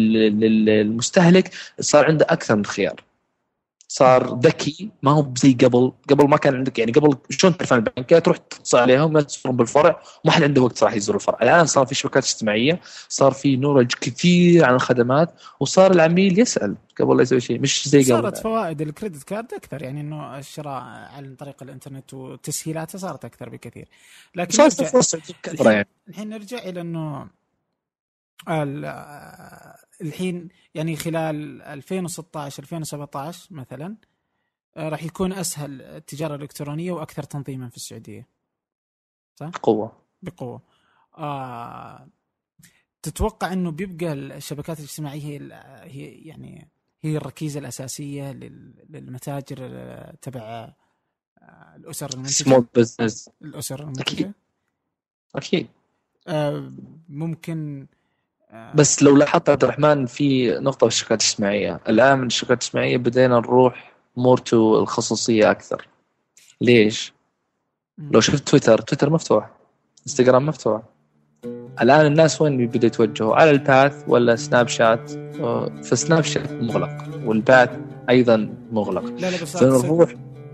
Speaker 2: للمستهلك صار عنده أكثر من خيار، صار ذكي، ما هو زي قبل ما كان عندك، يعني قبل شلون تعرف عن البنكات تروح تتصل عليهم لا تسافرون بالفرع، وما حد عنده وقت صراحة يزور الفرع. الآن صار في شبكات اجتماعية، صار في نورج كثير عن الخدمات، وصار العميل يسأل قبل لا يسوي شيء، مش زي قبل.
Speaker 1: صارت فوائد الكريدت كارد أكثر، يعني إنه الشراء عن طريق الإنترنت وتسهيلاته صارت أكثر بكثير. لكن الحين نرجع إلى إنه الحين يعني خلال 2016-2017 مثلا راح يكون أسهل التجارة الإلكترونية وأكثر تنظيما في السعودية، صح؟ بقوة. تتوقع أنه بيبقى الشبكات الاجتماعية هي الركيزة الأساسية للمتاجر تبع الأسر المنتجة؟ الأسر المنتجة
Speaker 2: أكيد.
Speaker 1: ممكن.
Speaker 2: بس لو لاحظت عبد الرحمن في نقطة في الشبكات الاجتماعية، الآن من الشبكات الاجتماعية بدينا نروح مورتو الخصوصية أكثر. ليش؟ لو شفت تويتر مفتوح، انستغرام مفتوح. الآن الناس وين بدأوا يتوجهوا؟ على الباث ولا سناب شات؟ فسناب شات مغلق والباث أيضا مغلق.
Speaker 1: لا بس
Speaker 2: فنروح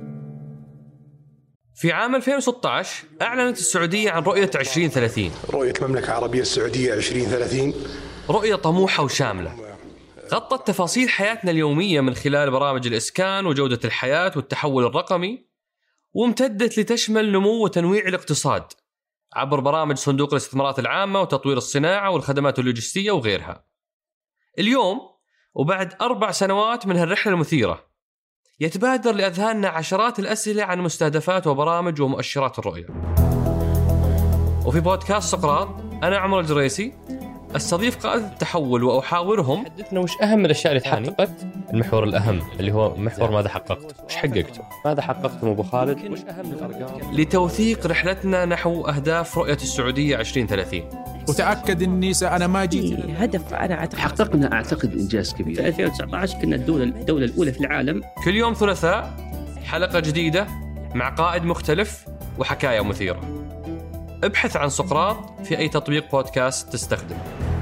Speaker 7: في عام 2016 أعلنت السعودية عن رؤية 2030.
Speaker 8: رؤية المملكة العربية السعودية 2030
Speaker 7: رؤية طموحة وشاملة غطت تفاصيل حياتنا اليومية من خلال برامج الإسكان وجودة الحياة والتحول الرقمي، وامتدت لتشمل نمو وتنويع الاقتصاد عبر برامج صندوق الاستثمارات العامة وتطوير الصناعة والخدمات اللوجستية وغيرها. اليوم وبعد 4 سنوات من هالرحلة المثيرة يتبادر لأذهاننا عشرات الأسئلة عن مستهدفات وبرامج ومؤشرات الرؤية. وفي بودكاست سقراط أنا عمر الجريسي استضيف قادة التحول وأحاورهم حدثنا وش أهم الأشياء اللي تحققت. المحور الأهم اللي هو محور ماذا حققت، وش حققته، ماذا حققتم أبو خالد، وش أهم الأرقام، لتوثيق رحلتنا نحو أهداف رؤية السعودية 2030.
Speaker 9: وتأكد إني أنا ما جيت
Speaker 10: هدف. أنا حققنا أعتقد إنجاز كبير. في 2019 كنا الدولة الأولى في العالم.
Speaker 7: كل يوم ثلاثاء حلقة جديدة مع قائد مختلف وحكاية مثيرة. ابحث عن سقراط في أي تطبيق بودكاست تستخدم.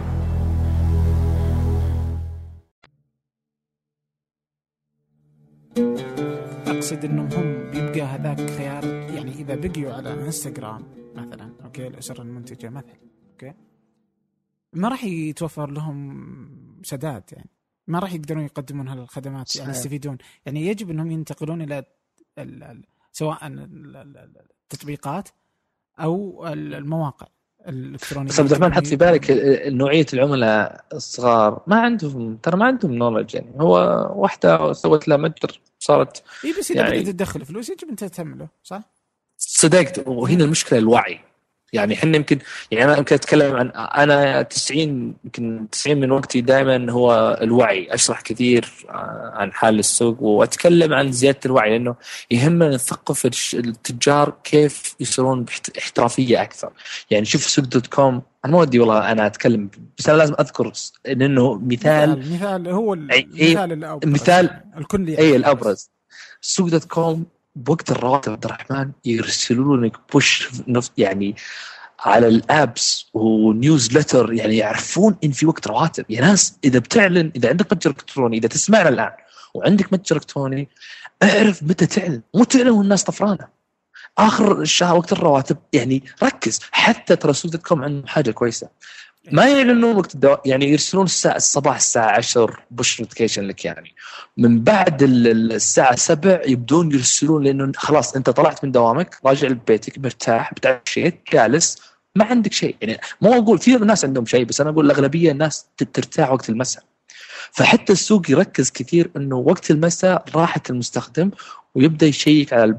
Speaker 1: أقصد إنهم هم بيبقى هذاك خيار، يعني إذا بقيوا على انستغرام مثلا، أوكي، الأسر المنتجة مثلا، أوكي، ما راح يتوفر لهم سداد، يعني ما راح يقدرون يقدمون هالخدمات، يعني يستفيدون. يعني يجب إنهم ينتقلون إلى سواء التطبيقات أو المواقع الإلكترونية.
Speaker 2: بس عبد الرحمن حط في بالك نوعية العملاء الصغار ما عندهم نولج، يعني هو واحدة سوت له متجر صارت.
Speaker 1: بس إذا بدأت تدخل فلوس يجب أن تعمله، صح؟
Speaker 2: صدقت. وهنا المشكلة الوعي. يعني حنا يمكن، يعني أنا يمكن أتكلم عن أنا 90 من وقتي دائما هو الوعي. أشرح كثير عن حال السوق وأتكلم عن زيادة الوعي، لأنه يهمنا نثقف التجار كيف يصيرون باحترافية أكثر. يعني شوف سوق.com، أنا ما ودي والله أنا أتكلم، بس أنا لازم أذكر إنه مثال
Speaker 1: هو المثال الأبرز،
Speaker 2: مثال
Speaker 1: الكلي،
Speaker 2: أي الأبرز. سوق.com بوقت الرواتب عبد الرحمن يرسلوا لك بوش يعني على الابس ونيوزلتر، يعني يعرفون ان في وقت رواتب. يا ناس اذا بتعلن، اذا عندك متجر الكتروني، اذا تسمعنا الان وعندك متجر الكتروني، اعرف متى تعلن، مو تعلن والناس طفرانه اخر الشهر وقت الرواتب. يعني ركز. حتى ترى سوق.com عندهم حاجه كويسه، ما يعلنون وقت يعني يرسلون الصباح الساعة 10 بوش نوتيفيكيشن لك، يعني من بعد الساعة 7 يبدون يرسلون، لأنه خلاص أنت طلعت من دوامك، راجع لبيتك مرتاح، بتعشيت، جالس، ما عندك شيء. يعني مو أقول في ناس عندهم شيء، بس أنا أقول الأغلبية الناس ترتاح وقت المساء. فحتى السوق يركز كثير أنه وقت المساء راحة المستخدم، ويبدأ يشيك على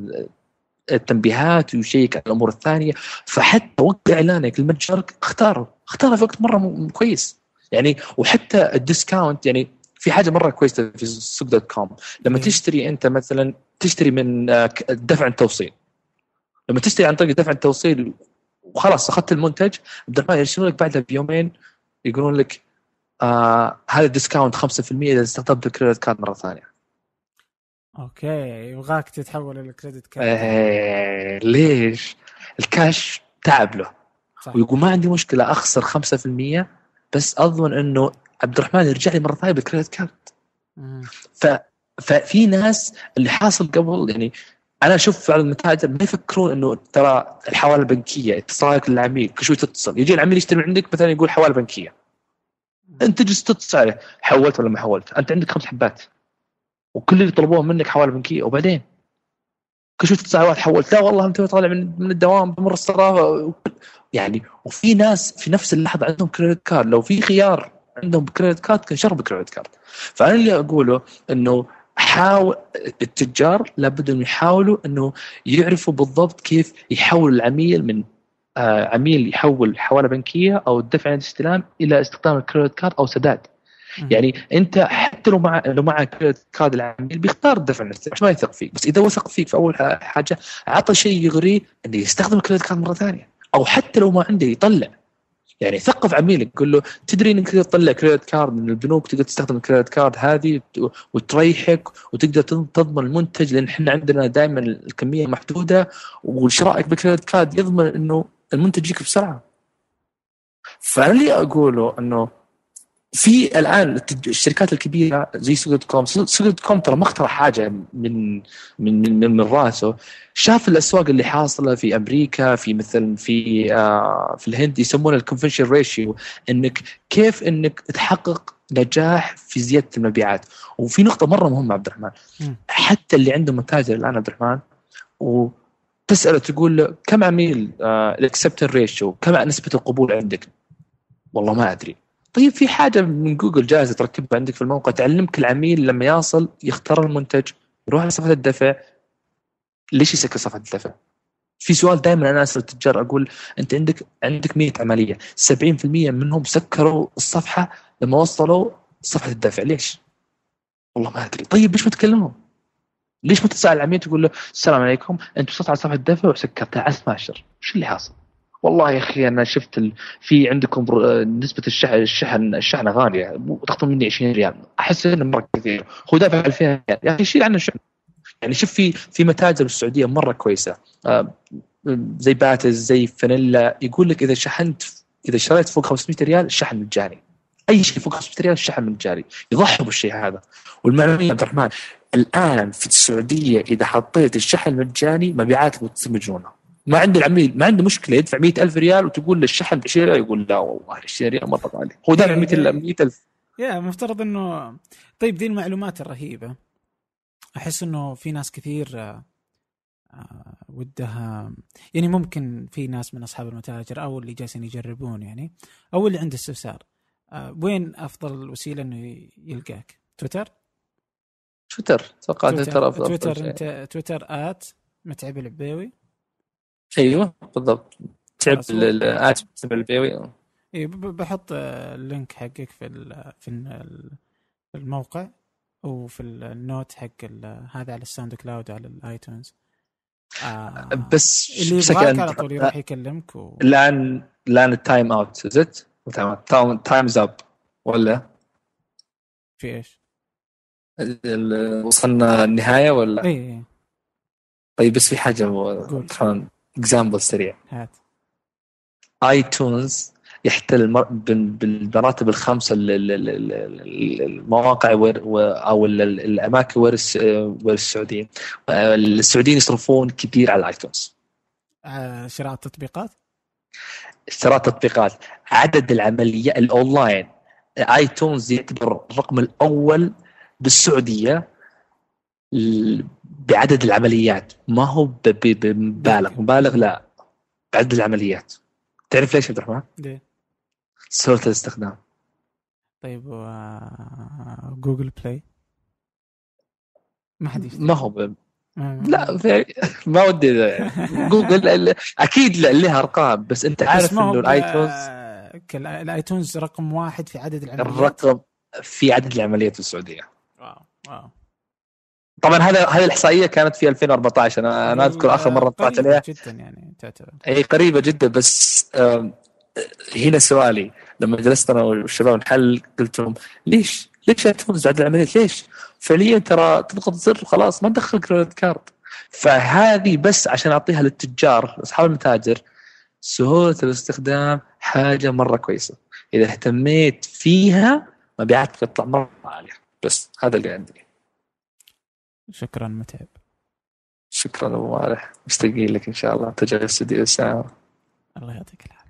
Speaker 2: التنبيهات ويشيك على الأمور الثانية. فحتى وقت إعلانك المتجر اختاره في وقت مرة كويس يعني. وحتى الديسكاونت، يعني في حاجة مرة كويسة في سوق.com، لما تشتري أنت مثلا تشتري من دفع التوصيل، لما تشتري عن طريق دفع التوصيل وخلاص أخذت المنتج، بدل يرسلون لك بعدها بيومين يقولون لك هذا الديسكاونت 5% إذا استخدمت الكريدت كارد مرة ثانية.
Speaker 1: اوكي، يبغاك تتحول الى كريدت كارد.
Speaker 2: ليش؟ الكاش تعب له. صح. ويقول ما عندي مشكله اخسر 5%، بس اظن انه عبد الرحمن يرجع لي مره ثانيه بالكريدت كارد. ففي ناس اللي حاصل قبل، يعني انا اشوف على المتاجر ما يفكرون انه ترى الحواله البنكيه اتصالك للعميل كل شوي تتصل، يجي العميل يشتري من عندك مثلا يقول حواله بنكيه، انت تجلس تتصل عليه حولت ولا ما حولت، انت عندك 5 حبات وكل اللي طلبوه منك حواله بنكيه، وبعدين كل شوي تتصل حولت، لا والله انت طالع من الدوام بمر الصرافه يعني. وفي ناس في نفس اللحظه عندهم كريدت كارد، لو في خيار عندهم كريدت كارد كان شرب كريدت كارد. فانا اللي اقوله انه حاول التجار لابد انه يحاولوا انه يعرفوا بالضبط كيف يحول العميل من عميل يحول حواله بنكيه او الدفع عند الاستلام الى استخدام الكريدت كارد او سداد. يعني انت حتى لو مع كريدت كارد العميل بيختار الدفع عند الاستلام عشان ما يثق فيك، بس اذا وثق فيك في اول حاجه عطى شيء يغريه انه يستخدم الكريدت كارد مره ثانيه، او حتى لو ما عنده يطلع يعني ثقف عميلك، قل له تدري انك تقدر تطلع كريدت كارد من البنوك، تقدر تستخدم الكريدت كارد هذه وتريحك وتقدر تضمن المنتج، لان احنا عندنا دائما الكميه محدوده، وشرائك بالكريدت كارد يضمن انه المنتج يجيك بسرعه. فانا اللي اقوله انه في الان الشركات الكبيره زي سوق.كوم ترى ما اخترع حاجه من راسه، شاف الاسواق اللي حاصله في امريكا، في مثلا في الهند يسمونه الكونفنشن ريشيو، انك كيف انك تحقق نجاح في زياده المبيعات. وفي نقطه مره مهمه عبد الرحمن، حتى اللي عنده متاجر الان عبد الرحمن وتساله تقول له كم عميل الاكسبتن ريشيو، كم نسبه القبول عندك؟ والله ما ادري. طيب في حاجة من جوجل جاهزة تركبها عندك في الموقع تعلمك العميل لما يصل يختار المنتج يروح على صفحة الدفع ليش يسكر صفحة الدفع. في سؤال دائما أنا أسأل التجار أقول أنت عندك 100 عملية 70% منهم سكروا الصفحة لما وصلوا صفحة الدفع، ليش؟ والله ما أدري. طيب ليش ما تكلمهم؟ ليش ما تسأل العميل تقول له السلام عليكم أنت وصلت على صفحة الدفع وسكرتها على 12 شو اللي حاصل؟ والله يا أخي أنا شفت في عندكم نسبة الشحن غالية وتاخذون مني 20 ريال، أحس إنه مرة كثير، هو دافع 2000 ريال يا أخي شيل عنه الشحن. يعني شوف في متاجر السعودية مرة كويسة زي باتز زي فانيلا، يقول لك إذا اشتريت فوق 500 ريال الشحن مجاني، أي شيء فوق 500 ريال الشحن مجاني، يضحوا بالشيء هذا. والمعلومية عبد الرحمن الآن في السعودية إذا حطيت الشحن مجاني مبيعاتك بتصير مجنونة. ما عنده العميل ما عنده مشكلة يدفع 100,000 ريال وتقول له الشحن ب20 ريال، يقول لا والله 20 ريال مرة غالي، هو دافع 100,000.
Speaker 1: يا مفترض إنه طيب ذي المعلومات الرهيبة أحس إنه في ناس كثير ودها، يعني ممكن في ناس من أصحاب المتاجر أو اللي جالسين يجربون يعني أو اللي عنده استفسار وين أفضل وسيلة إنه يلقاك؟ تويتر
Speaker 2: توقعت تويتر أفضل.
Speaker 1: تويتر أنت تويتر @متعب العبيوي.
Speaker 2: ايوه بالضبط، تعب البيوي.
Speaker 1: اي بحط اللينك حقك في الموقع وفي النوت حق هذا على الساوند كلاود وعلى الايتونز.
Speaker 2: بس
Speaker 1: اللي يبغاك على طول يروح يكلمك
Speaker 2: الان التايم اوت زت تايمز اب ولا
Speaker 1: في ايش؟
Speaker 2: وصلنا النهايه ولا
Speaker 1: اي
Speaker 2: طيب بس في حاجه اكزامبل سريع.
Speaker 1: هات.
Speaker 2: ايتونز يحتل بالمراتب الخمسه المواقع او الاماكن وين السعوديين يصرفون كثير على الايتونز.
Speaker 1: شراء
Speaker 2: التطبيقات عدد العمليات الاونلاين ايتونز يعتبر الرقم الاول بالسعوديه بعدد العمليات، ما هو مبالغ لا بعدد العمليات. تعرف ليش عبد الرحمن؟
Speaker 1: ليه؟
Speaker 2: سهولة الاستخدام.
Speaker 1: طيب جوجل بلاي ما حد يشتري.
Speaker 2: ما هو لا ما ودي جوجل اكيد لها ارقام، بس انت عارف انه
Speaker 1: الايتونز رقم 1 في عدد العمليات.
Speaker 2: الرقم في عدد العمليات في السعوديه.
Speaker 1: واو.
Speaker 2: طبعا هذه الاحصائيه كانت في 2014، انا اذكر اخر مره طلعت عليها
Speaker 1: جدا يعني تعتبر
Speaker 2: اي قريبه جدا. بس هنا سؤالي لما جلست انا والشباب نحل قلت لهم ليش ايتونز عدد العمليات ليش؟ فعليا ترى تضغط زر وخلاص ما تدخل كريدت كارد. فهذه بس عشان اعطيها للتجار اصحاب المتاجر، سهوله الاستخدام حاجه مره كويسه، اذا اهتميت فيها مبيعاتك تطلع مره عاليه. بس هذا اللي عندي.
Speaker 1: شكرا متعب.
Speaker 2: شكرا ابو مالح، مستقيل لك ان شاء الله تجي الاستديو الساعه.
Speaker 1: الله يعطيك العافيه.